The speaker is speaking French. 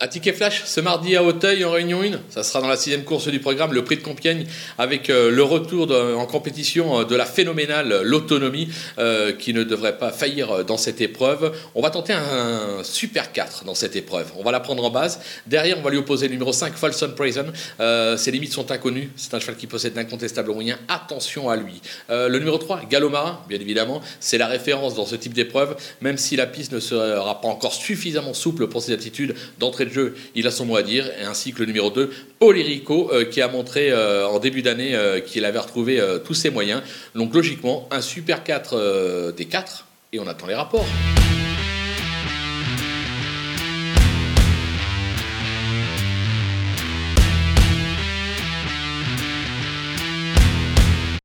Un ticket flash ce mardi à Auteuil en Réunion 1, ça sera dans la 6e course du programme, le Prix de Compiègne, avec le retour en compétition de la phénoménale L'Autonomie, qui ne devrait pas faillir dans cette épreuve. On va tenter un Super 4 dans cette épreuve, on va la prendre en base. Derrière, on va lui opposer le numéro 5, Folsom Prison. Ses limites sont inconnues, c'est un cheval qui possède d'incontestables moyens, attention à lui. Le numéro 3, Gallo Marin, bien évidemment, c'est la référence dans ce type d'épreuve, même si la piste ne sera pas encore suffisamment souple pour ses attitudes d'entrée de jeu, il a son mot à dire, et ainsi que le numéro 2, Polirico, qui a montré en début d'année qu'il avait retrouvé tous ses moyens. Donc logiquement, un Super 4 des 4, et on attend les rapports.